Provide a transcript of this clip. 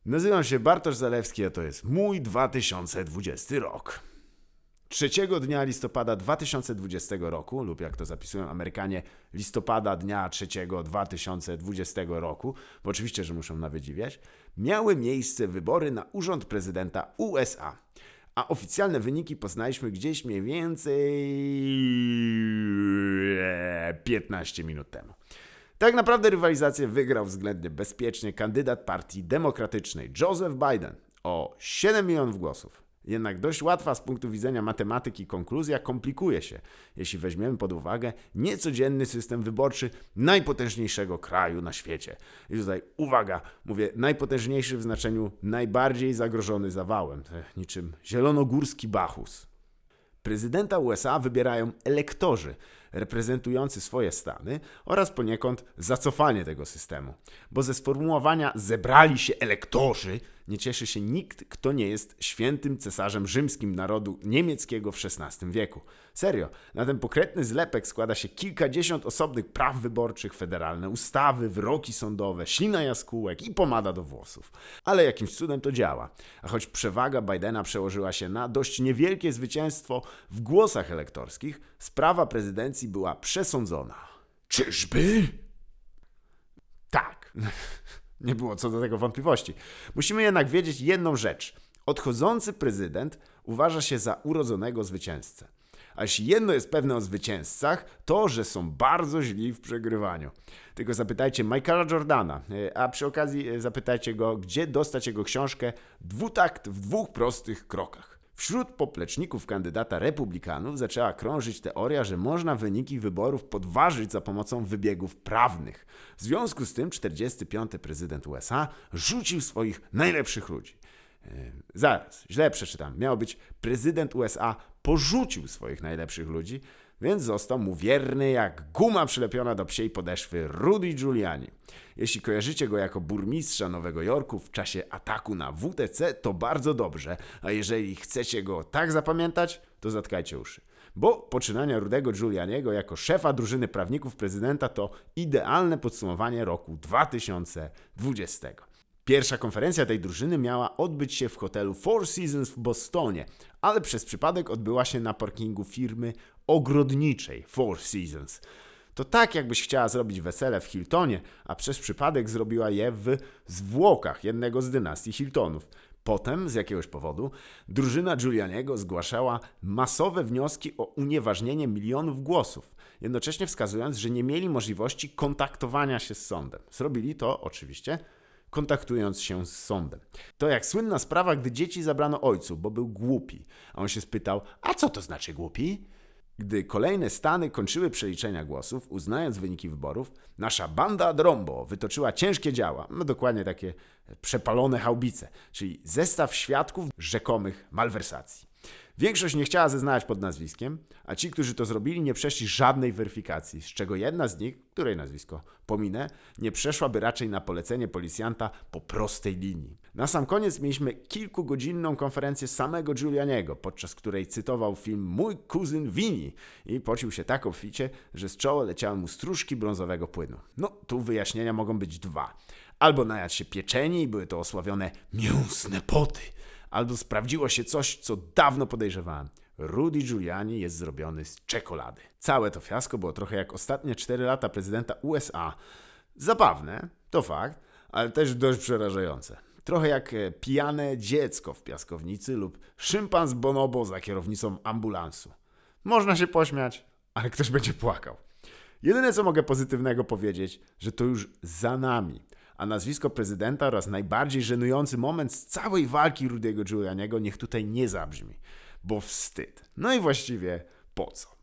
Nazywam się Bartosz Zalewski, a to jest mój 2020 rok. 3 dnia listopada 2020 roku, lub jak to zapisują Amerykanie, listopada dnia 3 2020 roku, bo oczywiście, że muszą nawydziwiać, miały miejsce wybory na urząd prezydenta USA. A oficjalne wyniki poznaliśmy gdzieś mniej więcej 15 minut temu. Tak naprawdę rywalizację wygrał względnie bezpiecznie kandydat partii demokratycznej Joseph Biden o 7 milionów głosów. Jednak dość łatwa z punktu widzenia matematyki konkluzja komplikuje się, jeśli weźmiemy pod uwagę niecodzienny system wyborczy najpotężniejszego kraju na świecie. I tutaj uwaga, mówię najpotężniejszy w znaczeniu najbardziej zagrożony zawałem, niczym zielonogórski Bachus. Prezydenta USA wybierają elektorzy reprezentujący swoje stany oraz poniekąd zacofanie tego systemu. Bo ze sformułowania zebrali się elektorzy nie cieszy się nikt, kto nie jest świętym cesarzem rzymskim narodu niemieckiego w XVI wieku. Serio, na ten pokrętny zlepek składa się kilkadziesiąt osobnych praw wyborczych, federalne ustawy, wyroki sądowe, ślina jaskółek i pomada do włosów. Ale jakimś cudem to działa. A choć przewaga Bidena przełożyła się na dość niewielkie zwycięstwo w głosach elektorskich, sprawa prezydencji była przesądzona. Czyżby? Tak. Nie było co do tego wątpliwości. Musimy jednak wiedzieć jedną rzecz. Odchodzący prezydent uważa się za urodzonego zwycięzcę. A jeśli jedno jest pewne o zwycięzcach, to, że są bardzo źli w przegrywaniu. Tylko zapytajcie Michaela Jordana, a przy okazji zapytajcie go, gdzie dostać jego książkę Dwutakt w dwóch prostych krokach. Wśród popleczników kandydata republikanów zaczęła krążyć teoria, że można wyniki wyborów podważyć za pomocą wybiegów prawnych. W związku z tym 45. prezydent USA rzucił swoich najlepszych ludzi. Zaraz, źle przeczytam. Miało być prezydent USA porzucił swoich najlepszych ludzi, więc został mu wierny jak guma przylepiona do psiej podeszwy Rudy Giuliani. Jeśli kojarzycie go jako burmistrza Nowego Jorku w czasie ataku na WTC, to bardzo dobrze, a jeżeli chcecie go tak zapamiętać, to zatkajcie uszy. Bo poczynania Rudego Giulianiego jako szefa drużyny prawników prezydenta to idealne podsumowanie roku 2020. Pierwsza konferencja tej drużyny miała odbyć się w hotelu Four Seasons w Bostonie, ale przez przypadek odbyła się na parkingu firmy ogrodniczej Four Seasons. To tak, jakbyś chciała zrobić wesele w Hiltonie, a przez przypadek zrobiła je w zwłokach jednego z dynastii Hiltonów. Potem, z jakiegoś powodu, drużyna Giulianiego zgłaszała masowe wnioski o unieważnienie milionów głosów, jednocześnie wskazując, że nie mieli możliwości kontaktowania się z sądem. Zrobili to oczywiście kontaktując się z sądem. To jak słynna sprawa, gdy dzieci zabrano ojcu, bo był głupi. A on się spytał, a co to znaczy głupi? Gdy kolejne stany kończyły przeliczenia głosów, uznając wyniki wyborów, nasza banda Drombo wytoczyła ciężkie działa, dokładnie takie przepalone haubice, czyli zestaw świadków rzekomych malwersacji. Większość nie chciała zeznawać pod nazwiskiem, a ci, którzy to zrobili, nie przeszli żadnej weryfikacji, z czego jedna z nich, której nazwisko pominę, nie przeszłaby raczej na polecenie policjanta po prostej linii. Na sam koniec mieliśmy kilkugodzinną konferencję samego Giulianiego, podczas której cytował film Mój kuzyn Vini i pocił się tak obficie, że z czoła leciały mu stróżki brązowego płynu. No, tu wyjaśnienia mogą być dwa. Albo najadł się pieczeni i były to osławione mięsne poty, albo sprawdziło się coś, co dawno podejrzewałem. Rudy Giuliani jest zrobiony z czekolady. Całe to fiasko było trochę jak ostatnie 4 lata prezydenta USA. Zabawne, to fakt, ale też dość przerażające. Trochę jak pijane dziecko w piaskownicy lub szympans bonobo za kierownicą ambulansu. Można się pośmiać, ale ktoś będzie płakał. Jedyne, co mogę pozytywnego powiedzieć, że to już za nami. A nazwisko prezydenta oraz najbardziej żenujący moment z całej walki Rudego Giulianiego niech tutaj nie zabrzmi. Bo wstyd. No i właściwie po co?